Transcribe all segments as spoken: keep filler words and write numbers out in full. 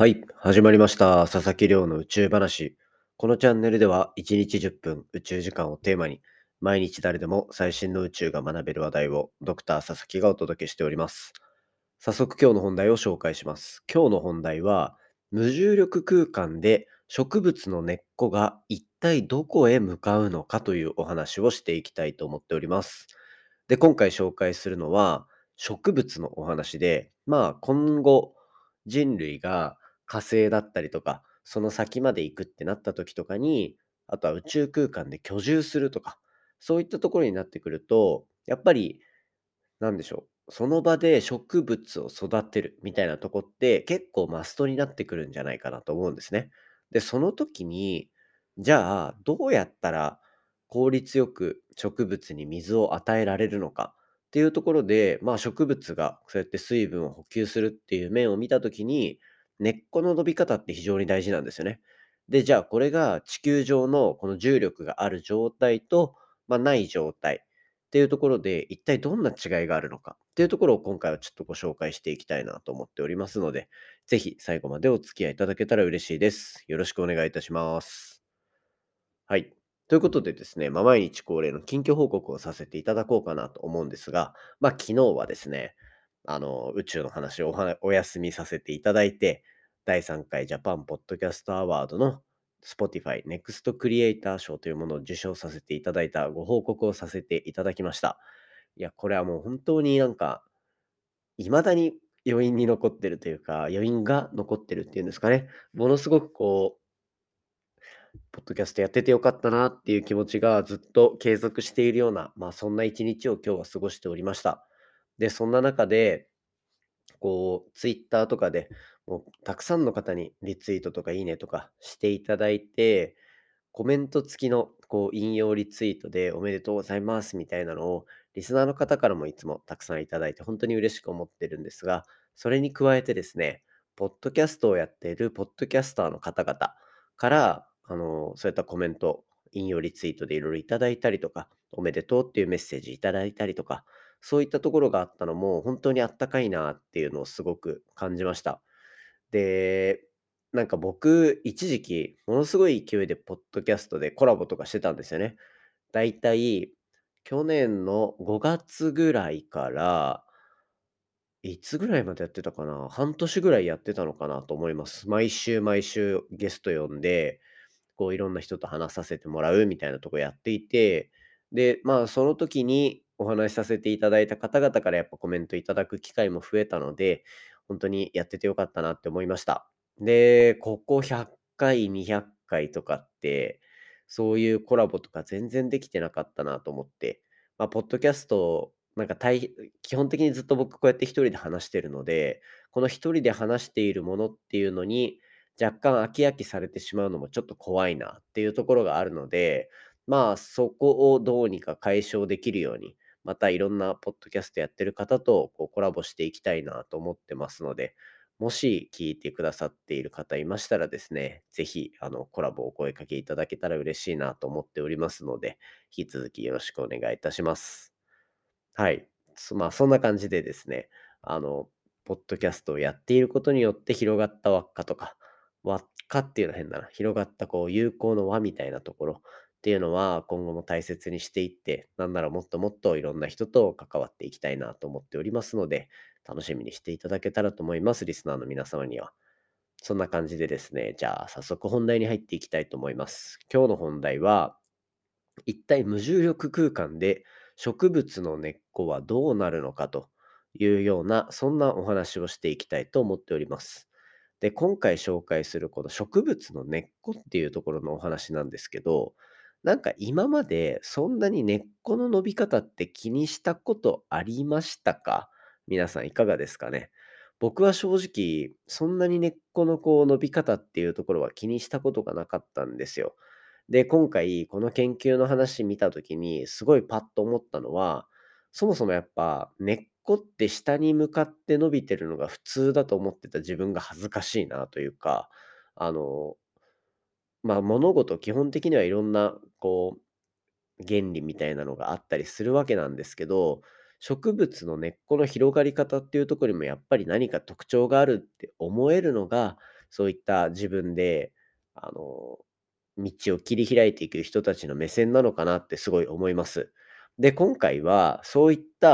はい、始まりました。佐々木亮の宇宙話。このチャンネルではいちにちじゅっぷん宇宙時間をテーマに、毎日誰でも最新の宇宙が学べる話題をドクター佐々木がお届けしております。早速今日の本題を紹介します。今日の本題は、無重力空間で植物の根っこが一体どこへ向かうのかというお話をしていきたいと思っております。で、今回紹介するのは植物のお話で、まあ今後人類が火星だったりとか、その先まで行くってなった時とかに、あとは宇宙空間で居住するとか、そういったところになってくると、やっぱりなんでしょう、その場で植物を育てるみたいなとこって結構マストになってくるんじゃないかなと思うんですね。で、その時に、じゃあどうやったら効率よく植物に水を与えられるのかっていうところで、まあ植物がそうやって水分を補給するっていう面を見た時に、根っこの伸び方って非常に大事なんですよね。で、じゃあこれが地球上のこの重力がある状態と、まあ、ない状態っていうところで、一体どんな違いがあるのかっていうところを今回はちょっとご紹介していきたいなと思っておりますので、ぜひ最後までお付き合いいただけたら嬉しいです。よろしくお願いいたします。はい。ということでですね、まあ、毎日恒例の近況報告をさせていただこうかなと思うんですが、まあ、昨日はですね、あの、宇宙の話をおはお休みさせていただいて、だいさんかいジャパンポッドキャストアワードの Spotify Next Creator 賞というものを受賞させていただいたご報告をさせていただきました。いや、これはもう本当になんか、未だに余韻に残ってるというか、余韻が残ってるっていうんですかね。ものすごくこうポッドキャストやっててよかったなっていう気持ちがずっと継続しているような、まあそんな一日を今日は過ごしておりました。で、そんな中で、こう、ツイッターとかでもうたくさんの方にリツイートとかいいねとかしていただいて、コメント付きのこう引用リツイートでおめでとうございますみたいなのをリスナーの方からもいつもたくさんいただいて本当に嬉しく思ってるんですが、それに加えてですね、ポッドキャストをやっているポッドキャスターの方々から、あの、そういったコメント、引用リツイートでいろいろいただいたりとか、おめでとうっていうメッセージいただいたりとか、そういったところがあったのも本当にあったかいなっていうのをすごく感じました。で、なんか僕、一時期、ものすごい勢いでポッドキャストでコラボとかしてたんですよね。だいたい去年のごがつぐらいから、いつぐらいまでやってたかな、半年ぐらいやってたのかなと思います。毎週毎週ゲスト呼んで、こういろんな人と話させてもらうみたいなとこやっていて、で、まあその時にお話しさせていただいた方々からやっぱコメントいただく機会も増えたので、本当にやっててよかったなって思いました。で、ここひゃっかい、にひゃっかいとかって、そういうコラボとか全然できてなかったなと思って、まあ、ポッドキャスト、なんか大基本的にずっと僕こうやって一人で話してるので、この一人で話しているものっていうのに、若干飽き飽きされてしまうのもちょっと怖いなっていうところがあるので、まあ、そこをどうにか解消できるように、またいろんなポッドキャストやってる方とこうコラボしていきたいなと思ってますので、もし聞いてくださっている方いましたらですね、ぜひあのコラボをお声かけいただけたら嬉しいなと思っておりますので、引き続きよろしくお願いいたします。はい。そまあ、そんな感じでですね、あの、ポッドキャストをやっていることによって広がった輪っかとか、輪っかっていうのは変だな。広がったこう友好の輪みたいなところっていうのは今後も大切にしていって、なんならもっともっといろんな人と関わっていきたいなと思っておりますので、楽しみにしていただけたらと思います。リスナーの皆様には。そんな感じでですね、じゃあ早速本題に入っていきたいと思います。今日の本題は、一体無重力空間で植物の根っこはどうなるのかというような、そんなお話をしていきたいと思っております。で、今回紹介するこの植物の根っこっていうところのお話なんですけど、なんか今までそんなに根っこの伸び方って気にしたことありましたか？皆さんいかがですかね？僕は正直、そんなに根っこのこう伸び方っていうところは気にしたことがなかったんですよ。で、今回この研究の話見たときに、すごいパッと思ったのは、そもそもやっぱ根っこって下に向かって伸びてるのが普通だと思ってた自分が恥ずかしいなというか、あの、まあ、物事基本的にはいろんなこう原理みたいなのがあったりするわけなんですけど、植物の根っこの広がり方っていうところにもやっぱり何か特徴があるって思えるのが、 そういった自分で、あの、道を切り開いていく人たちの目線なのかなってすごい思います。で、今回はそういった、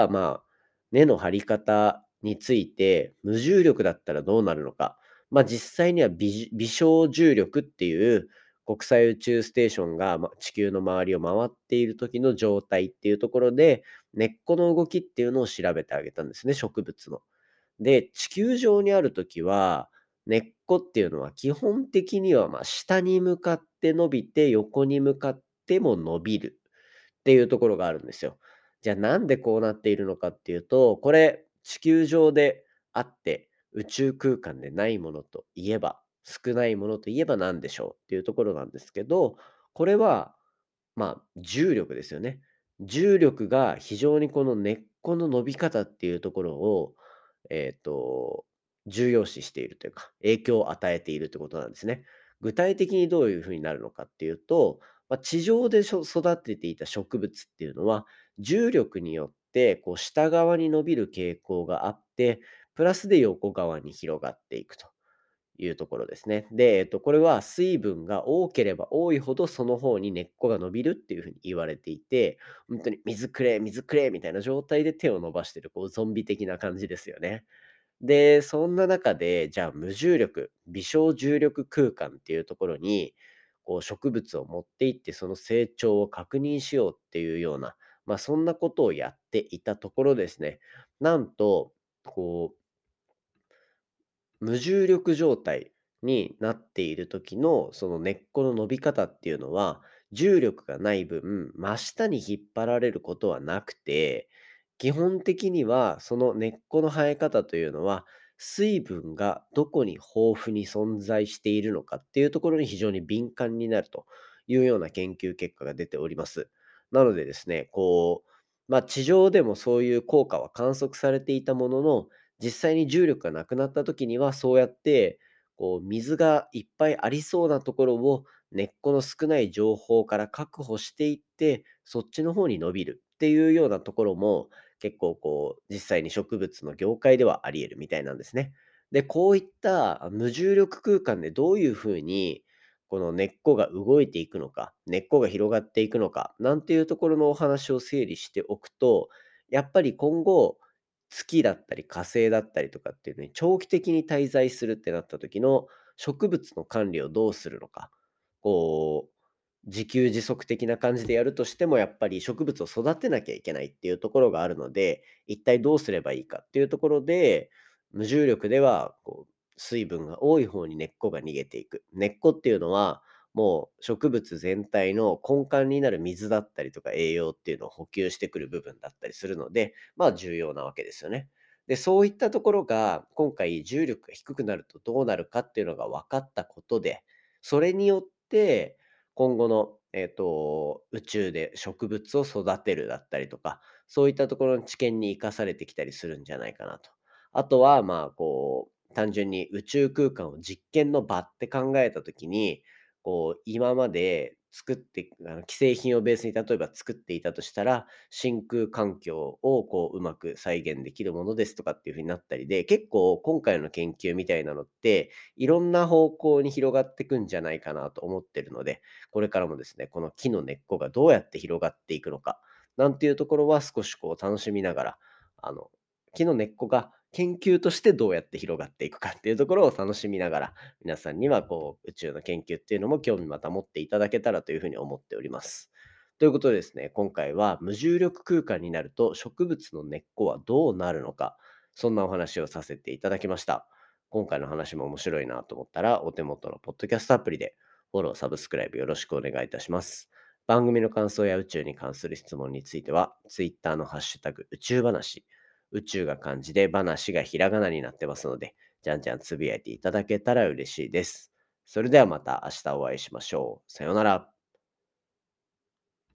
まあ、根の張り方について、無重力だったらどうなるのか。まあ、実際には微微小重力っていう国際宇宙ステーションが、ま、地球の周りを回っている時の状態っていうところで、根っこの動きっていうのを調べてあげたんですね、植物の。で、地球上にあるときは、根っこっていうのは基本的には、ま、下に向かって伸びて、横に向かっても伸びるっていうところがあるんですよ。じゃあなんでこうなっているのかっていうと、これ地球上であって、宇宙空間でないものといえば、少ないものといえば何でしょうっていうところなんですけど、これはまあ、重力ですよね。重力が非常にこの根っこの伸び方っていうところを、えっと、重要視しているというか、影響を与えているってことなんですね。具体的にどういう風になるのかっていうと、まあ、地上でしょ育てていた植物っていうのは、重力によってこう下側に伸びる傾向があって、プラスで横側に広がっていくと。いうところですね。で、えっと、これは水分が多ければ多いほど、その方に根っこが伸びるっていう風に言われていて、本当に水くれ、水くれみたいな状態で手を伸ばしてる、こうゾンビ的な感じですよね。で、そんな中で、じゃあ無重力、微小重力空間っていうところに、こう植物を持っていって、その成長を確認しようっていうような、ま、そんなことをやっていたところですね、なんと、こう無重力状態になっている時の、その根っこの伸び方っていうのは、重力がない分、真下に引っ張られることはなくて、基本的にはその根っこの生え方というのは、水分がどこに豊富に存在しているのかっていうところに非常に敏感になるというような研究結果が出ております。なのでですね、こう、まあ、地上でもそういう効果は観測されていたものの、実際に重力がなくなった時には、そうやって、こう水がいっぱいありそうなところを根っこの少ない情報から確保していって、そっちの方に伸びるっていうようなところも、結構こう、実際に植物の業界ではあり得るみたいなんですね。で、こういった無重力空間でどういう風に、この根っこが動いていくのか、根っこが広がっていくのか、なんていうところのお話を整理しておくと、やっぱり今後、月だったり火星だったりとかっていうのに長期的に滞在するってなった時の植物の管理をどうするのか。こう、自給自足的な感じでやるとしても、やっぱり植物を育てなきゃいけないっていうところがあるので、一体どうすればいいかっていうところで、無重力ではこう水分が多い方に根っこが逃げていく。根っこっていうのは、もう植物全体の根幹になる水だったりとか栄養っていうのを補給してくる部分だったりするので、まあ重要なわけですよね。で、そういったところが今回重力が低くなるとどうなるかっていうのが分かったことで、それによって今後の、えっと、宇宙で植物を育てるだったりとか、そういったところの知見に生かされてきたりするんじゃないかなと。あとは、まあ、こう、単純に宇宙空間を実験の場って考えたときに、こう、今まで作ってあの、既製品をベースに例えば作っていたとしたら、真空環境をこう、うまく再現できるものですとかっていう風になったりで、結構今回の研究みたいなのって、いろんな方向に広がっていくんじゃないかなと思ってるので、これからもですね、この木の根っこがどうやって広がっていくのか、なんていうところは少しこう楽しみながら、あの、木の根っこが研究としてどうやって広がっていくかっていうところを楽しみながら、皆さんにはこう宇宙の研究っていうのも興味また持っていただけたらというふうに思っております。ということでですね、今回は無重力空間になると植物の根っこはどうなるのか、そんなお話をさせていただきました。今回の話も面白いなと思ったら、お手元のポッドキャストアプリでフォロー、サブスクライブよろしくお願いいたします。番組の感想や宇宙に関する質問については、Twitter のハッシュタグ宇宙話、宇宙が漢字で話がひらがなになってますので、じゃんじゃんつぶやいていただけたら嬉しいです。それではまた明日お会いしましょう。さようなら。